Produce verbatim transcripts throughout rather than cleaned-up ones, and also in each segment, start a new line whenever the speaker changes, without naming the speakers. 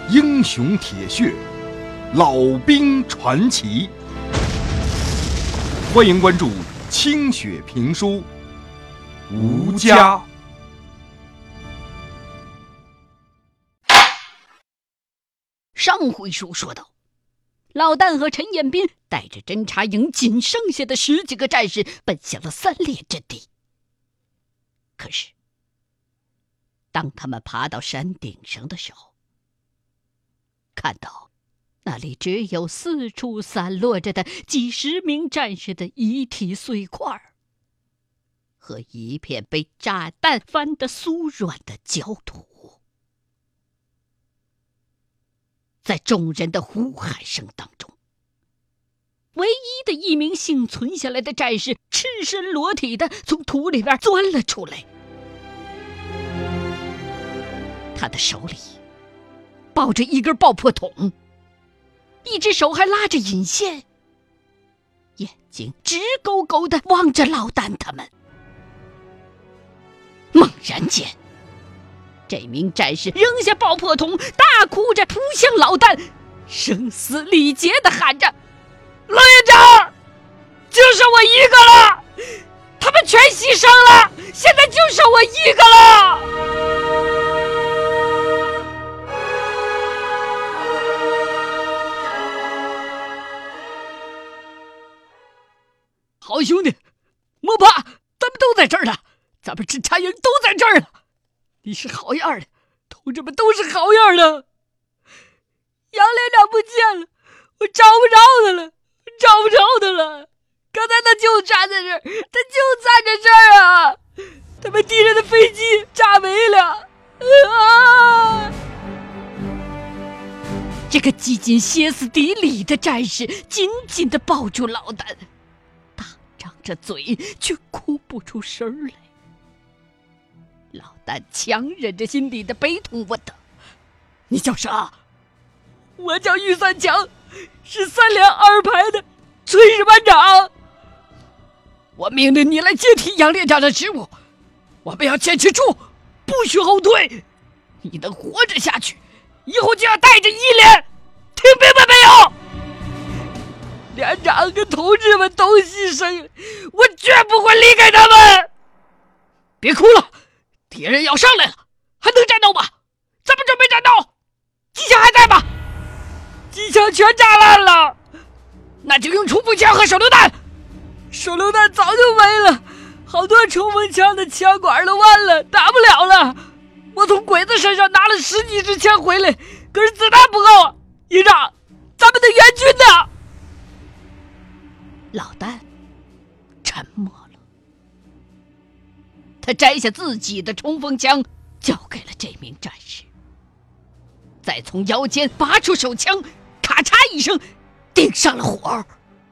英雄铁血，老兵传奇。欢迎关注清雪评书《吴家》。
上回书说到，老旦和陈彦斌带着侦察营仅剩下的十几个战士奔向了三连阵地。可是当他们爬到山顶上的时候，看到那里只有四处散落着的几十名战士的遗体碎块和一片被炸弹翻得酥软的焦土。在众人的呼喊声当中，唯一的一名幸存下来的战士赤身裸体的从土里边钻了出来。他的手里抱着一根爆破筒，一只手还拉着引线，眼睛直勾勾地望着老旦他们。猛然间，这名战士扔下爆破筒，大哭着扑向老旦，声嘶力竭地喊着：“老营长，就剩我一个了，他们全牺牲了，现在就剩我一个了。”好兄弟，莫怕，咱们都在这儿呢，咱们侦察营都在这儿呢。你是好样的，同志们都是好样的。杨连长不见了，我找不着他了，找不着他了。刚才他就站在这儿，他就站在这儿啊！他把敌人的飞机炸没了啊！这个几近歇斯底里的战士紧紧地抱住老旦，大张着嘴却哭不出声来。老旦强忍着心底的悲痛问道：“你叫啥？”“我叫于三强，是三连二排的炊事班长。我命令你来接替杨连长的职务，我们要坚持住，不许后退。你能活着下去，以后就要带着一连，听明白没有？连长跟同志们都牺牲，我绝不会离开他们。别哭了，敌人要上来了，还能战斗吗？咱们准备战斗。机枪还在吗？机枪全炸烂了，那就用冲锋枪和手榴弹。手榴弹早就没了，好多冲锋枪的枪管都弯了，打不了了。我从鬼子身上拿了十几支枪回来，可是子弹不够。营长，咱们的援军呢？老旦沉默了，他摘下自己的冲锋枪交给了这名战士，再从腰间拔出手枪，咔嚓一声顶上了火。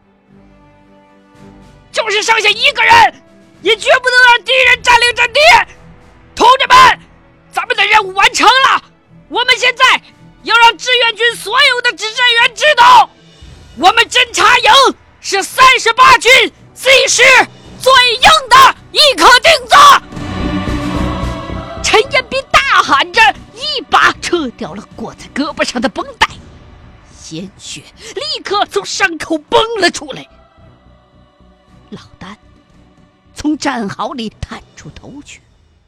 就是剩下一个人，也绝不能让敌人占领阵地。同志们，咱们的任务完成了，我们现在要让志愿军所有的指战员知道，我们侦察营是三十八军 C 师最硬的一颗钉子。陈彦斌大喊着，一把扯掉了裹在胳膊上的绷带，鲜血立刻从伤口崩了出来。老旦从战壕里探出头去，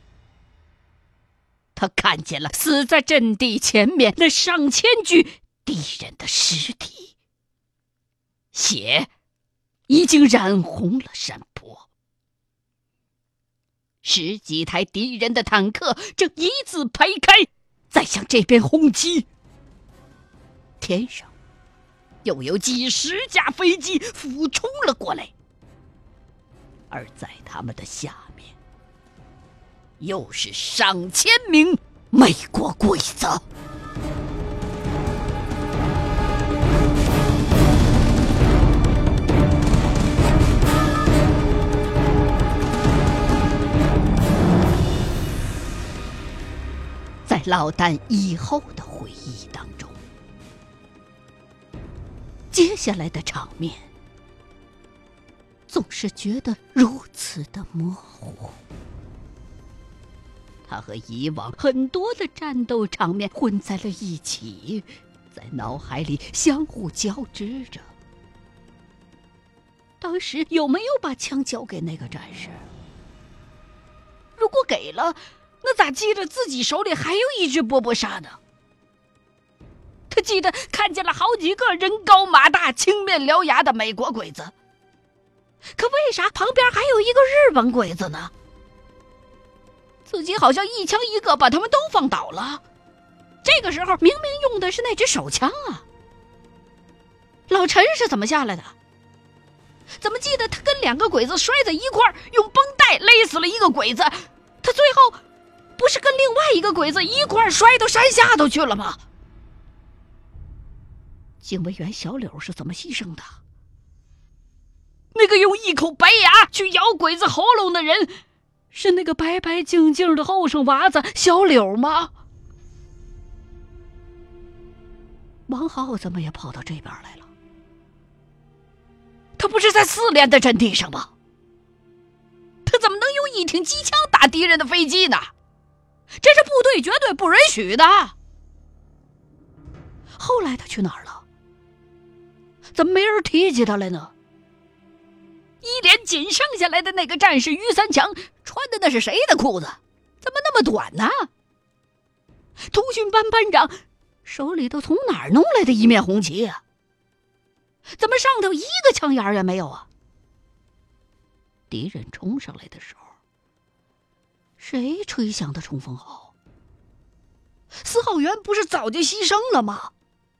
他看见了死在阵地前面那上千具敌人的尸体，血已经染红了山坡。十几台敌人的坦克正一字排开，在向这边轰击。天上又有几十架飞机俯冲了过来，而在他们的下面，又是上千名美国鬼子。在老旦以后的回忆当中，接下来的场面总是觉得如此的模糊。 他和以往很多的战斗场面混在了一起，在脑海里相互交织着。当时有没有把枪交给那个战士？如果给了，那咋记着自己手里还有一只波波沙呢？他记得看见了好几个人高马大、青面獠牙的美国鬼子，可为啥旁边还有一个日本鬼子呢？自己好像一枪一个把他们都放倒了，这个时候明明用的是那支手枪啊！老陈是怎么下来的？怎么记得他跟两个鬼子摔在一块儿，用绷带勒死了一个鬼子？他最后不是跟另外一个鬼子一块儿摔到山下头去了吗？警卫员小柳是怎么牺牲的？那个用一口白牙去咬鬼子喉咙的人，是那个白白净净的后生娃子小柳吗？王浩怎么也跑到这边来了？他不是在四连的阵地上吗？他怎么能用一挺机枪打敌人的飞机呢？这是部队绝对不允许的。后来他去哪儿了？怎么没人提起他来呢？一连仅剩下来的那个战士于三强穿的那是谁的裤子？怎么那么短呢？通讯班班长手里头从哪儿弄来的一面红旗啊？怎么上头一个枪眼也没有啊？敌人冲上来的时候，谁吹响的冲锋号？司号员不是早就牺牲了吗？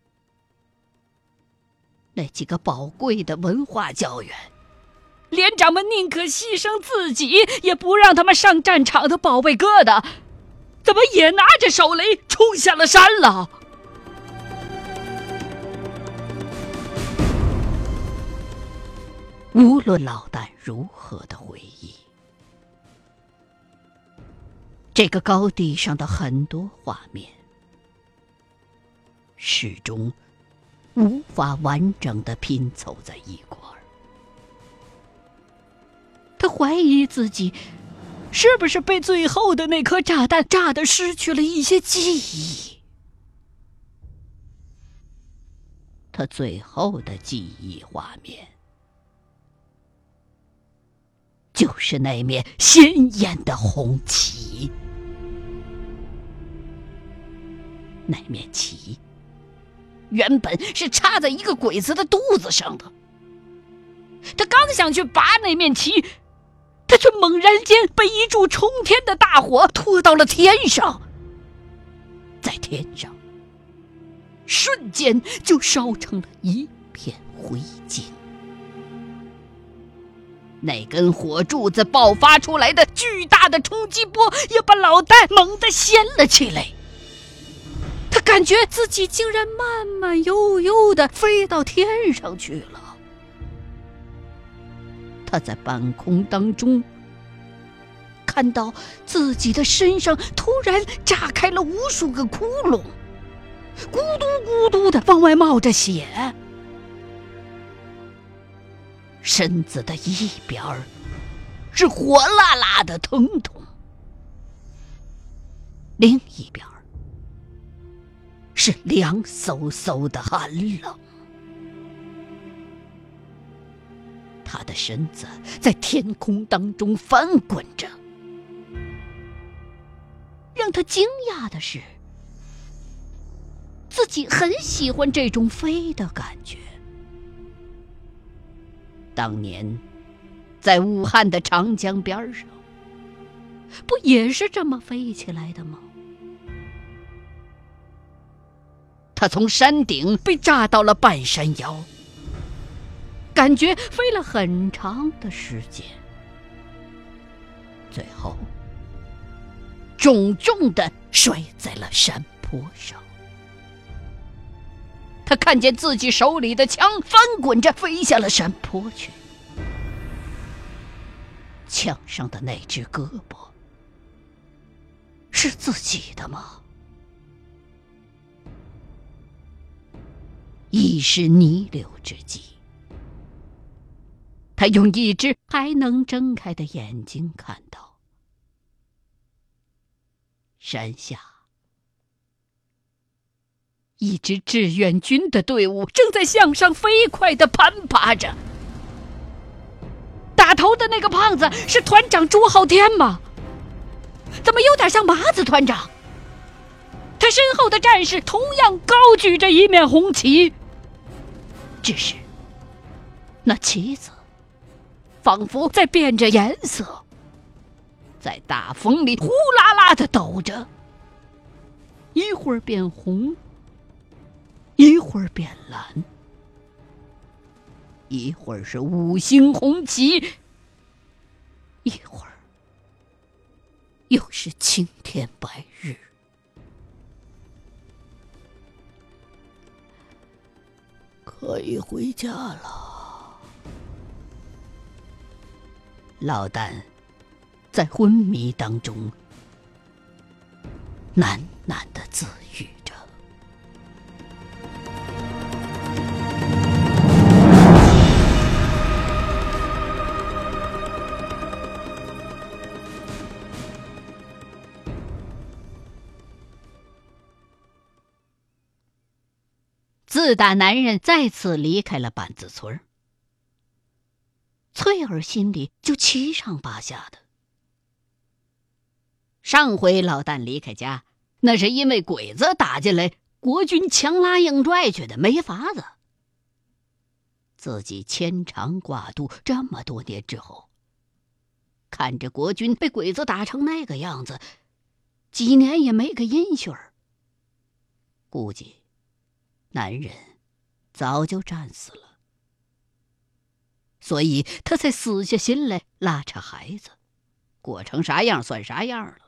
那几个宝贵的文化教员，连长们宁可牺牲自己，也不让他们上战场的宝贝疙瘩，怎么也拿着手雷冲下了山了？无论老旦如何的回忆，这个高地上的很多画面，始终无法完整的拼凑在一块儿。他怀疑自己是不是被最后的那颗炸弹炸得失去了一些记忆。他最后的记忆画面，就是那面鲜艳的红旗。那面旗原本是插在一个鬼子的肚子上的，他刚想去拔那面旗，他却猛然间被一柱冲天的大火拖到了天上，在天上瞬间就烧成了一片灰烬。那根火柱子爆发出来的巨大的冲击波也把老旦猛地掀了起来，他感觉自己竟然慢慢悠悠地飞到天上去了。他在半空当中看到自己的身上突然炸开了无数个窟窿，咕嘟咕嘟地往外冒着血，身子的一边是火辣辣的疼痛，另一边是凉飕飕的寒冷。他的身子在天空当中翻滚着，让他惊讶的是，自己很喜欢这种飞的感觉。当年在武汉的长江边上，不也是这么飞起来的吗？他从山顶被炸到了半山腰，感觉飞了很长的时间，最后重重地摔在了山坡上。他看见自己手里的枪翻滚着飞下了山坡去，枪上的那只胳膊是自己的吗？已是弥留之际，他用一只还能睁开的眼睛看到， 山下，一支志愿军的队伍正在向上飞快地攀爬着。打头的那个胖子是团长朱浩天吗？怎么有点像麻子团长？他身后的战士同样高举着一面红旗，只是那旗子仿佛在变着颜色，在大风里呼啦啦地抖着，一会儿变红，一会儿变蓝，一会儿是五星红旗，一会儿又是青天白日。可以回家了。老旦在昏迷当中喃喃地自语着。自打男人再次离开了板子村，翠儿心里就七上八下的。上回老旦离开家，那是因为鬼子打进来，国军强拉硬拽去的，没法子。自己牵肠挂肚这么多年之后，看着国军被鬼子打成那个样子，几年也没个音讯儿，估计男人早就战死了，所以他才死下心来拉扯孩子，过成啥样算啥样了。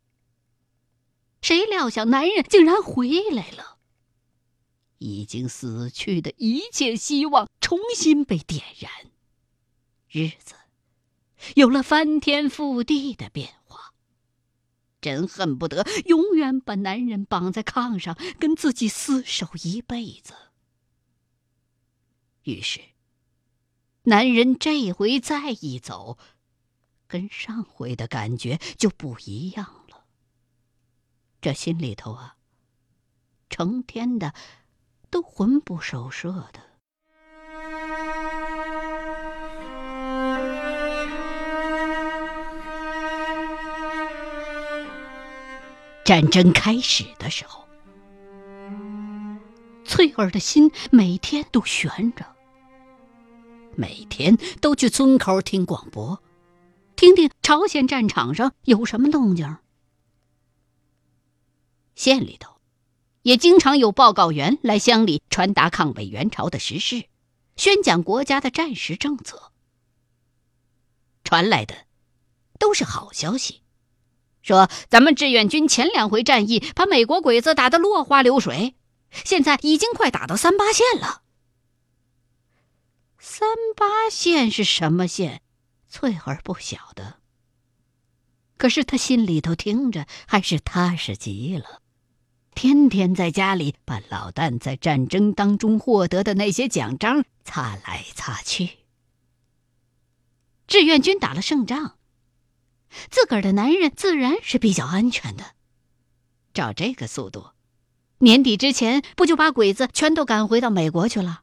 谁料想男人竟然回来了，已经死去的一切希望重新被点燃，日子有了翻天覆地的变化。真恨不得永远把男人绑在炕上，跟自己厮守一辈子。于是男人这回再一走，跟上回的感觉就不一样了。这心里头啊，成天的都魂不守舍的。战争开始的时候，翠儿的心每天都悬着，每天都去村口听广播，听听朝鲜战场上有什么动静。县里头也经常有报告员来乡里传达抗美援朝的时事，宣讲国家的战时政策。传来的都是好消息，说咱们志愿军前两回战役把美国鬼子打得落花流水，现在已经快打到三八线了。三八线是什么线？翠儿不晓得，可是他心里头听着还是踏实极了，天天在家里把老旦在战争当中获得的那些奖章擦来擦去。志愿军打了胜仗，自个儿的男人自然是比较安全的。照这个速度，年底之前不就把鬼子全都赶回到美国去了？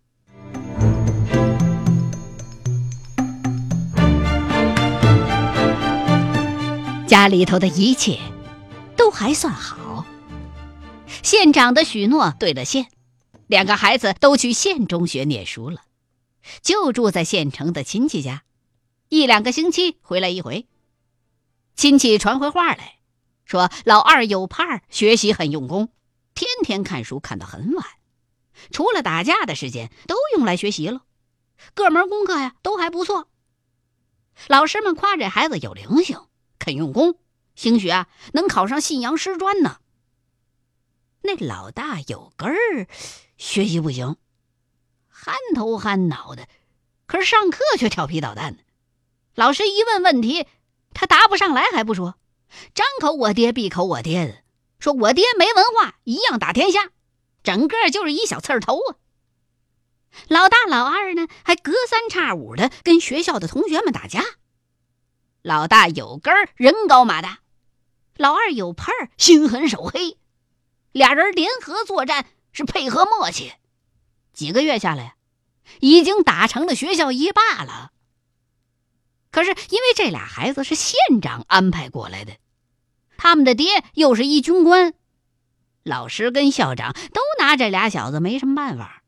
家里头的一切都还算好，县长的许诺兑了现，两个孩子都去县中学念书了，就住在县城的亲戚家，一两个星期回来一回。亲戚传回话来，说老二有盼，学习很用功，天天看书看到很晚，除了打架的时间都用来学习了，各门功课呀都还不错。老师们夸这孩子有灵性，肯用功，兴许啊能考上信阳师专呢。那老大有根儿，学习不行，憨头憨脑的，可是上课却调皮捣蛋的。老师一问问题，他答不上来还不说，张口我爹闭口我爹的，说我爹没文化一样打天下，整个就是一小刺儿头啊。老大老二呢还隔三差五的跟学校的同学们打架。老大有根儿人高马大， 老二有盼儿，心狠手黑，俩人联合作战，是配合默契。几个月下来，已经打成了学校一霸了。可是因为这俩孩子是县长安排过来的，他们的爹又是一军官，老师跟校长都拿这俩小子没什么办法。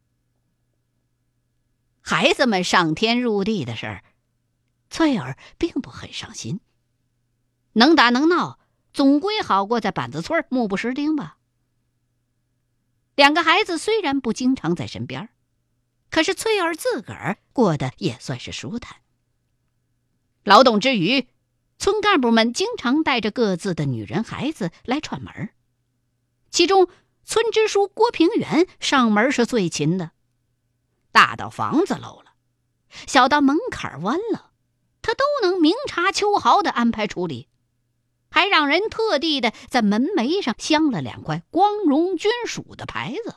孩子们上天入地的事儿，翠儿并不很上心。能打能闹，总归好过在板子村目不识丁吧。两个孩子虽然不经常在身边，可是翠儿自个儿过得也算是舒坦。劳动之余，村干部们经常带着各自的女人孩子来串门，其中村支书郭平原上门是最勤的，大到房子漏了，小到门槛弯了，他都能明察秋毫地安排处理，还让人特地的在门楣上镶了两块光荣军属的牌子。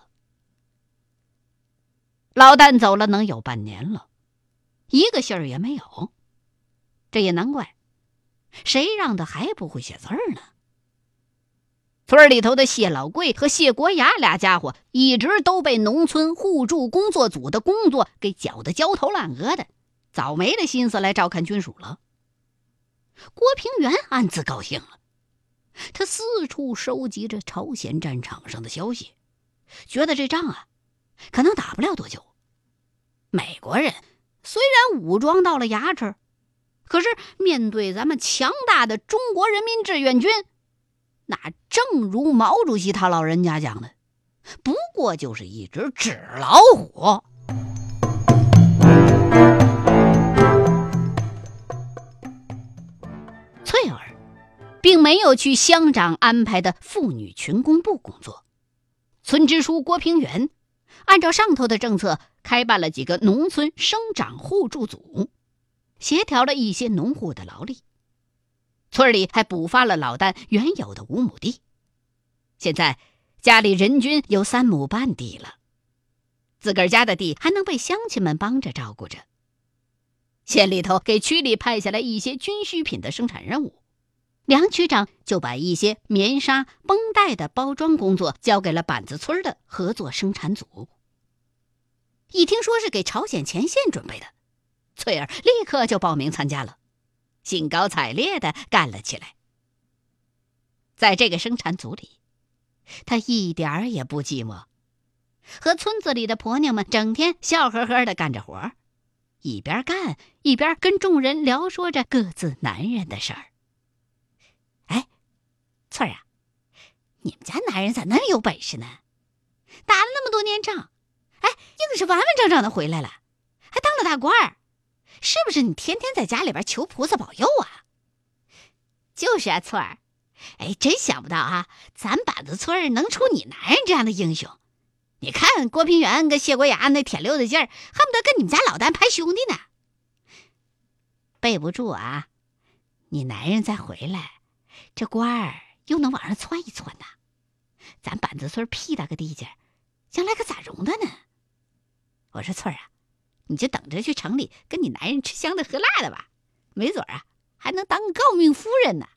老旦走了能有半年了，一个信儿也没有，这也难怪，谁让他还不会写字儿呢？村里头的谢老贵和谢国牙俩家伙一直都被农村互助工作组的工作给搅得焦头烂额的，早没了心思来照看军属了。郭平原暗自高兴了，他四处收集着朝鲜战场上的消息，觉得这仗啊可能打不了多久。美国人虽然武装到了牙齿，可是面对咱们强大的中国人民志愿军，那正如毛主席他老人家讲的，不过就是一只纸老虎。翠儿并没有去乡长安排的妇女群工部工作，村支书郭平原按照上头的政策开办了几个农村生长互助组，协调了一些农户的劳力。村里还补发了老旦原有的五亩地，现在家里人均有三亩半地了，自个儿家的地还能被乡亲们帮着照顾着。县里头给区里派下来一些军需品的生产任务，梁区长就把一些棉纱、绷带的包装工作交给了板子村的合作生产组。一听说是给朝鲜前线准备的，翠儿立刻就报名参加了，兴高采烈地干了起来。在这个生产组里，他一点儿也不寂寞，和村子里的婆娘们整天笑呵呵地干着活，一边干一边跟众人聊说着各自男人的事儿。哎，翠儿啊，你们家男人咋那么有本事呢？打了那么多年仗，哎，硬是完完整整的回来了，还当了大官儿，是不是你天天在家里边求菩萨保佑啊？就是啊，翠儿，哎，真想不到啊，咱板子村能出你男人这样的英雄。你看郭平原跟谢国牙那铁溜的劲儿，恨不得跟你们家老旦拍兄弟呢。备不住啊，你男人再回来，这官儿又能往上窜一窜呐。咱板子村屁大个地界，将来可咋容的呢？我说翠儿啊，你就等着去城里跟你男人吃香的喝辣的吧，没准啊还能当个诰命夫人呢。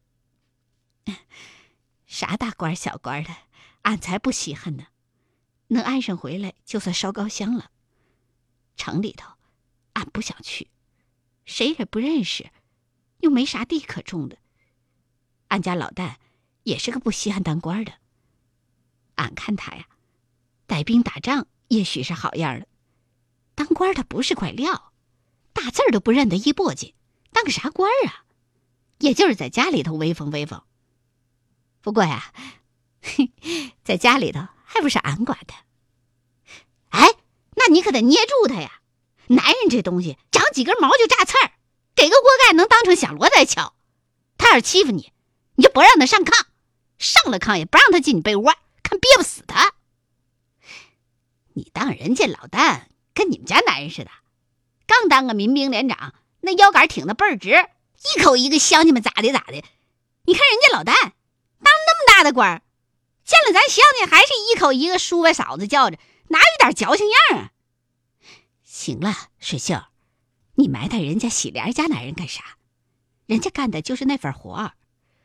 啥大官小官的，俺才不稀罕呢。能安上回来就算烧高香了。城里头俺不想去，谁也不认识，又没啥地可种的。俺家老旦也是个不稀罕当官的，俺看他呀，带兵打仗也许是好样的，当官他不是块料，大字儿都不认得一簸箕，当个啥官啊？也就是在家里头威风威风。不过呀，在家里头还不是俺管的。哎，那你可得捏住他呀！男人这东西长几根毛就炸刺儿，给个锅盖能当成响锣在敲。他要是欺负你，你就不让他上炕，上了炕也不让他进你被窝，看憋不死他。你当人家老旦跟你们家男人似的，刚当个民兵连长，那腰杆挺得倍儿直，一口一个乡亲们咋的咋的。你看人家老旦当那么大的官，见了咱乡亲还是一口一个叔伯嫂子叫着，哪有点矫情样啊？行了，水秀，你埋汰人家喜莲家男人干啥？人家干的就是那份活儿，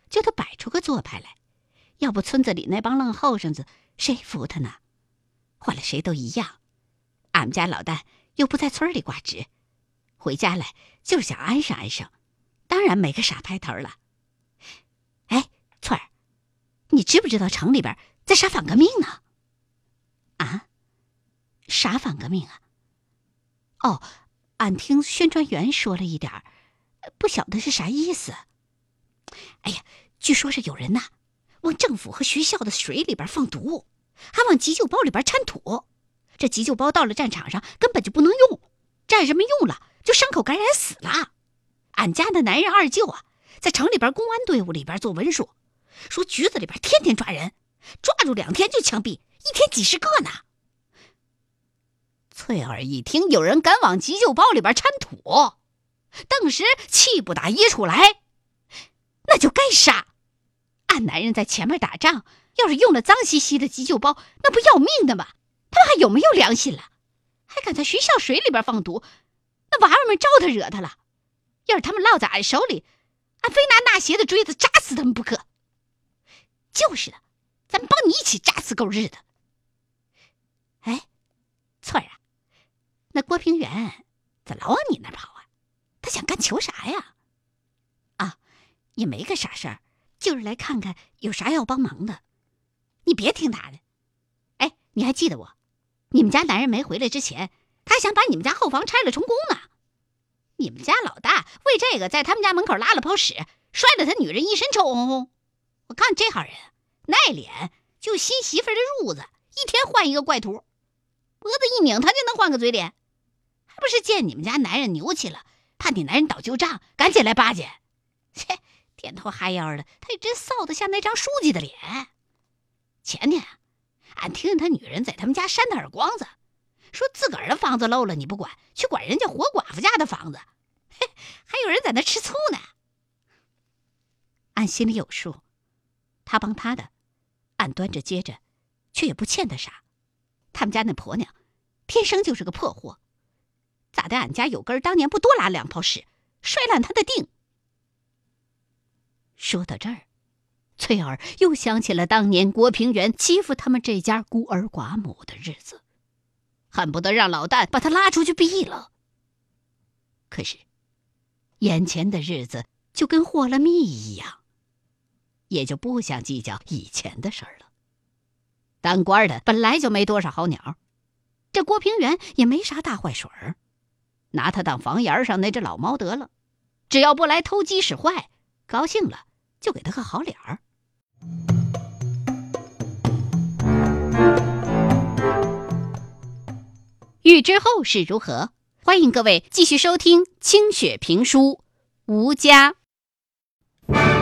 就得摆出个做派来，要不村子里那帮愣后生子谁服他呢？换了谁都一样。俺们家老旦又不在村里挂职，回家来就是想安生安生，当然没个傻拍头了。哎，翠儿，你知不知道城里边在杀反革命呢？啊？啥反革命啊？哦，俺听宣传员说了一点儿，不晓得是啥意思。哎呀，据说是有人呐，往政府和学校的水里边放毒，还往急救包里边掺土。这急救包到了战场上根本就不能用，战士们用了就伤口感染死了。俺家的男人二舅啊，在城里边公安队伍里边做文书，说局子里边天天抓人，抓住两天就枪毙，一天几十个呢。翠儿一听有人敢往急救包里边掺土，顿时气不打一处来，那就该杀。俺男人在前面打仗，要是用了脏兮兮的急救包，那不要命的吗？他们还有没有良心了？还敢在学校水里边放毒，那娃娃们招他惹他了。要是他们落在俺手里，俺非拿纳鞋的锥子扎死他们不可。就是的，咱们帮你一起扎死狗日的。哎，翠儿啊，那郭平原咋老往你那儿跑啊？他想干求啥呀？啊，也没个啥事儿，就是来看看有啥要帮忙的。你别听他的。哎，你还记得我？你们家男人没回来之前，他还想把你们家后房拆了重工呢。你们家老大为这个在他们家门口拉了泡屎，摔了他女人一身臭烘烘。我看这号人那脸就新媳妇的褥子，一天换一个怪图，脖子一拧他就能换个嘴脸，还不是见你们家男人牛气了，怕你男人倒旧账，赶紧来巴结。切，点头哈腰的，他也真臊得像那张书记的脸。前天俺听见他女人在他们家扇他耳光子，说自个儿的房子漏了你不管，去管人家活寡妇家的房子，嘿，还有人在那吃醋呢。俺心里有数，他帮他的，俺端着接着，却也不欠他啥。他们家那婆娘天生就是个破货，咋的？俺家有根当年不多拉两泡屎，摔烂他的腚。说到这儿，翠儿又想起了当年郭平原欺负他们这家孤儿寡母的日子，恨不得让老旦把他拉出去毙了。可是眼前的日子就跟和了蜜一样，也就不想计较以前的事儿了。当官的本来就没多少好鸟，这郭平原也没啥大坏水儿，拿他当房檐上那只老猫得了，只要不来偷鸡使坏，高兴了就给他个好脸儿。欲知后事如何，欢迎各位继续收听清雪评书《吴家》。